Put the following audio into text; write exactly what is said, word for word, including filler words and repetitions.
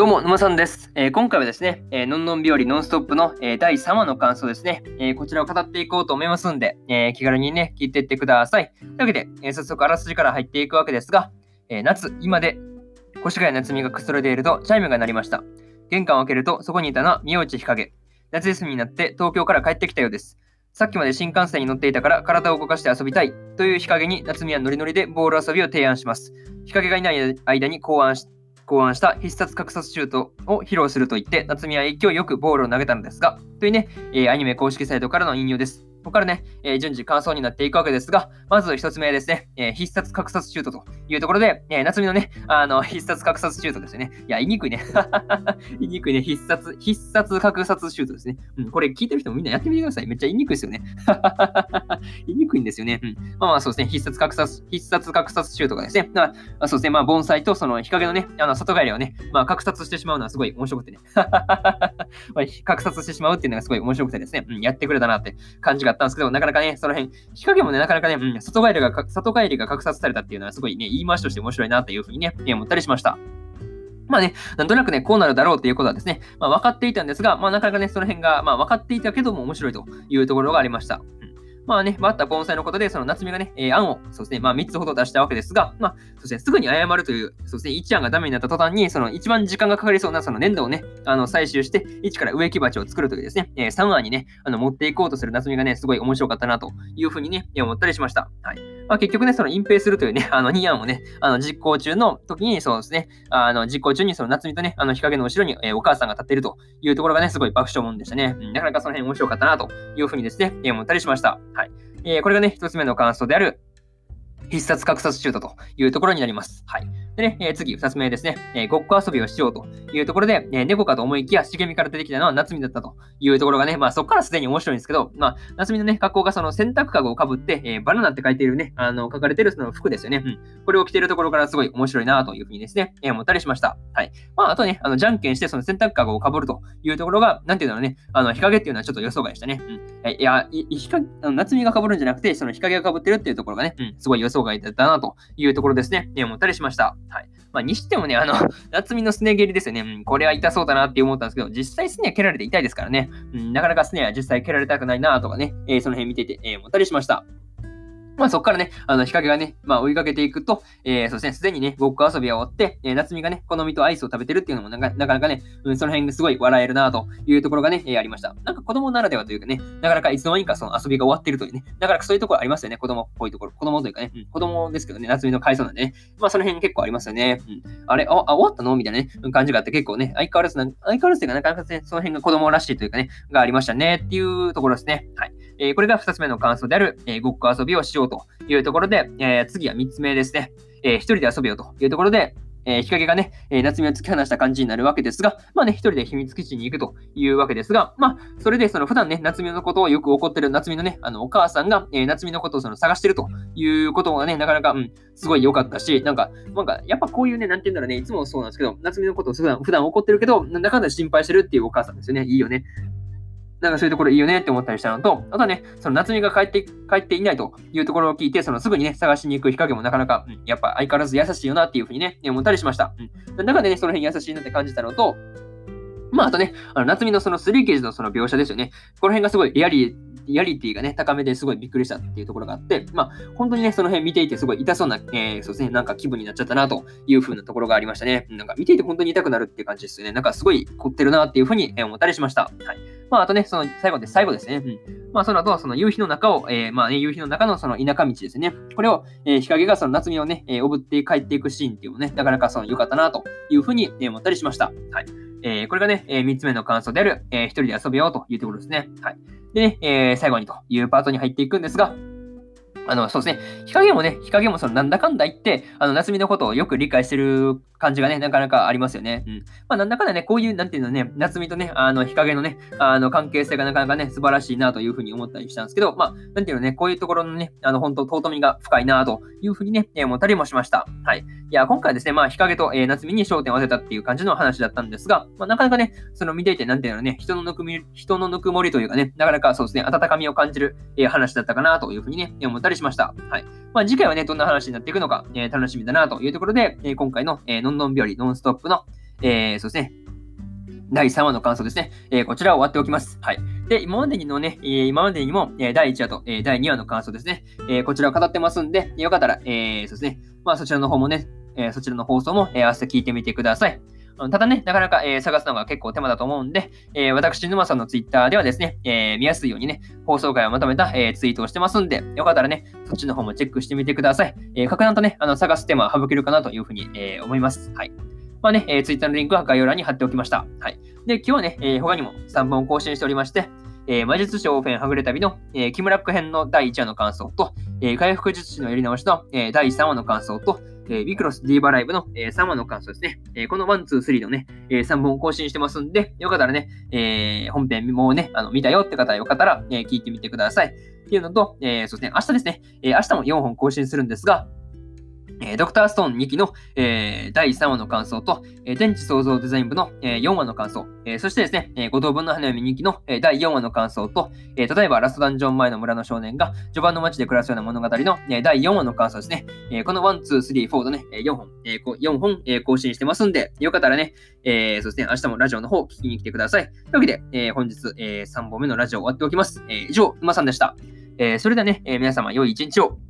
どうも、沼さんです。えー今回はですね、えーのんのん日和ノンストップの、えーだいさんわの感想ですね、えーこちらを語っていこうと思いますんで、えー気軽にね、聞いていってください。というわけで、えー早速あらすじから入っていくわけですが、えー夏、今で、越谷夏美がくつろいでいるとチャイムが鳴りました。玄関を開けると、そこにいたのは宮内日陰。夏休みになって東京から帰ってきたようです。さっきまで新幹線に乗っていたから体を動かして遊びたいという日陰に夏美はノリノリでボール遊びを提案します。日陰がいない間に考案し考案した必殺格殺シュートを披露すると言って夏美は勢いよくボールを投げたのですが、というね、えーアニメ公式サイトからの引用です。ここからね、えー順次感想になっていくわけですが、まず一つ目ですね、えー必殺格殺シュートというところで、えー夏美のね、あの、必殺格殺シュートですよね。いや、言いにくいね。言いにくいね。必殺、必殺格殺シュートですね。うん、これ聞いてる人もみんなやってみてください。めっちゃ言いにくいですよね。言いにくいんですよね。うん。まあまあそうですね。必殺格殺、必殺格殺シュートがですね。まあ、そうですね。まあ、盆栽とその日陰のね、あの、里帰りをね、まあ、格殺してしまうのはすごい面白くてね。まあ格殺してしまうっていうのがすごい面白くてですね。うん、やってくれたなって感じがあったんですけど、なかなかね、その辺、日陰もね、なかなかね、うん、里帰りが、里帰りが格殺されたっていうのはすごいね、言い回しとして面白いなというふうにね、思ったりしました。まあね、なんとなくね、こうなるだろうということはですね、まあ分かっていたんですが、まあなかなかね、その辺が、まあ分かっていたけども面白いというところがありました。まあね、バッタ盆栽のことで、その夏美がね、えー案を、そうですね、まあみっつほど出したわけですが、まあ、そうですね、すぐに謝るという、そうですね、いち案がダメになった途端に、その一番時間がかかりそうな、その粘土をね、あの、採集して、一から植木鉢を作るというですね、えー、さん案にね、あの、持っていこうとする夏美がね、すごい面白かったな、というふうにね、思ったりしました。はい。まあ結局ね、その隠蔽するというね、あの、に案をね、あの、実行中の時に、そうですね、あの、実行中にその夏美とね、あの、日陰の後ろに、えーお母さんが立っているというところがね、すごい爆笑もんでしたね。うん、なかなかその辺面白かったな、というふうにですね、えー思ったりしました。はい。えーこれがね、一つ目の感想である、必殺格殺シュートというところになります。はい。でね、えー次、二つ目ですね、えーごっこ遊びをしようというところで、えー猫かと思いきや、茂みから出てきたのは夏美だったというところがね、まあそこからすでに面白いんですけど、まあ、夏美のね、格好がその洗濯かごをかぶって、えーバナナって書いているね、あの、書かれているその服ですよね。うん。これを着ているところからすごい面白いなというふうにですね、えー思ったりしました。はい。まあ、あとね、あの、じゃんけんしてその洗濯かごをかぶるというところが、なんていうのね、あの、日陰っていうのはちょっと予想外でしたね。うん。えいや、い日陰あの夏美がかぶるんじゃなくて、その日陰がかぶってるっていうところがね、うん、すごい予想外だったなというところですね、えー思ったりしました。はい。まあ、にしてもね、あの、夏美のすね蹴りですよね。うん、これは痛そうだなって思ったんですけど、実際すね蹴られて痛いですからね。うん、なかなかすねは実際蹴られたくないなとかね、えーその辺見てて、えー思ったりしました。まあそこからね、あの、日陰がね、まあ追いかけていくと、えー、そうですね、すでにね、ごっこ遊びは終わって、えー、夏美がね、好みとアイスを食べてるっていうのもなかなかなかね、うん、その辺すごい笑えるなというところがね、えーありました。なんか子供ならではというかね、なかなかいつの間にかその遊びが終わってるというね、なかなかそういうところありますよね、子供っぽいところ。子供というかね、うん、子供ですけどね、夏美の回想なんでね、まあその辺結構ありますよね。うん、あれ、あ、あ終わったのみたいなね、感じがあって結構ね、相変わらずな、相変わらずというかなかなかね、その辺が子供らしいというかね、がありましたねっていうところですね。はい。えーこれがふたつめの感想である、えーごっこ遊びをしようというところで、えー次はみっつめですね。えー一人で遊べよというところで、えー日陰がね、えー夏美を突き放した感じになるわけですが、まあね、一人で秘密基地に行くというわけですが、まあ、それでその普段ね、夏美のことをよく怒ってる夏美のね、あの、お母さんが、えー夏美のことをその探してるということがね、なかなか、うん、すごい良かったし、なんか、なんか、やっぱこういうね、なんて言うんだろうね、いつもそうなんですけど、夏美のことを普段、普段怒ってるけど、なんだかんだ心配してるっていうお母さんですよね。いいよね。なんかそういうところいいよねって思ったりしたのと、あとはね、その夏美が帰って、帰っていないというところを聞いて、そのすぐにね、探しに行く日陰もなかなか、うん、やっぱ相変わらず優しいよなっていうふうにね、思ったりしました。うん。中でね、その辺優しいなって感じたのと、まあ、あとね、あの夏美のそのスリーケージのその描写ですよね。この辺がすごいリアリリアリティがね、高めですごいびっくりしたっていうところがあって、まあ、本当にね、その辺見ていてすごい痛そうな、えー、そうですね、なんか気分になっちゃったなという風なところがありましたね。なんか見ていて本当に痛くなるっていう感じですよね。なんかすごい凝ってるなっていう風に思ったりしました。はい。まあ、あとね、その最後で最後ですね。うん。まあ、その後はその夕日の中を、えー、まあね、夕日の中のその田舎道ですね。これを、えー、日陰がその夏美をね、えー、おぶって帰っていくシーンっていうのもね、なかなかその良かったなという風に思ったりしました。はい。えー、これがね、えー、みっつめの感想である、えー、一人で遊べようというところですね。はい。でね、えー、最後にというパートに入っていくんですが、あの、そうですね。日陰もね、日陰もそのなんだかんだ言って、あの、夏美のことをよく理解してる感じがね、なかなかありますよね。うん。まあ、なんだかんだね、こういう、なんていうのね、夏美とね、あの、日陰のね、あの、関係性がなかなかね、素晴らしいなというふうに思ったりしたんですけど、まあ、なんていうのね、こういうところのね、あの、本当尊みが深いなというふうにね、えー思ったりもしました。はい。いや、今回ですね、まあ、日陰と、えー夏美に焦点を当てたっていう感じの話だったんですが、まあ、なかなかね、その見ていて、なんていうのね、人のぬくみ、人のぬくもりというかね、なかなかそうですね、温かみを感じる、えー話だったかなというふうにね、思ったりしました。はい。まあ、次回はね、どんな話になっていくのか、えー楽しみだなというところで、えー今回の、えーのんのん日和ノンストップの、 えー、そうですね、だいさんわの感想ですね。えー、こちらを終わっておきます。はい。で、今までにのね、えー、今までにも、えー、だいいちわと、えー、だいにわの感想ですね。えー、こちらを語ってますんで、よかったら、えー、そうですね。まあ、そちらの方もね、えー、そちらの放送も、えー、合わせて聞いてみてください。ただね、なかなか、えー、探すのが結構手間だと思うんで、えー、私、沼さんのツイッターではですね、えー、見やすいようにね、放送回をまとめた、えー、ツイートをしてますんで、よかったらね、そっちの方もチェックしてみてください。えー、格段とね、あの探す手間は省けるかなというふうに、えー、思います。はい。まあね、えー、ツイッターのリンクは概要欄に貼っておきました。はい。で、今日はね、えー、他にもさんぼん更新しておりまして、えー、魔術師オーフェンはぐれ旅の、えー、キムラック編のだいいちわの感想と、えー、回復術師のやり直しの、えー、だいさんわの感想と、えー、ビクロスディーバライブの、えー、さんわの感想ですね。えー、このいち、に、さんのね、えー、さんぼん更新してますんで、よかったらね、えー、本編もね、あの見たよって方よかったら、えー、聞いてみてください。っていうのと、えー、そうですね、明日ですね、えー、明日もよんほん更新するんですが、えー、ドクターストーンにきの、えー、だいさんわの感想と、えー、天地創造デザイン部の、えー、よんわの感想、えー、そしてですね、えー、ご等分の花嫁にきの、えー、だいよんわの感想と、えー、例えばラストダンジョン前の村の少年が序盤の街で暮らすような物語の、えー、だいよんわの感想ですね。えー、このいち、に、さん、よんとね、よんほん、えー、よんほん、えー、更新してますんで、よかったらね、えー、そうですね、明日もラジオの方聞きに来てください。というわけで、えー、本日、えー、さんぼんめのラジオ終わっておきます。えー、以上、沼さんでした。えー、それではね、えー、皆様良い一日を。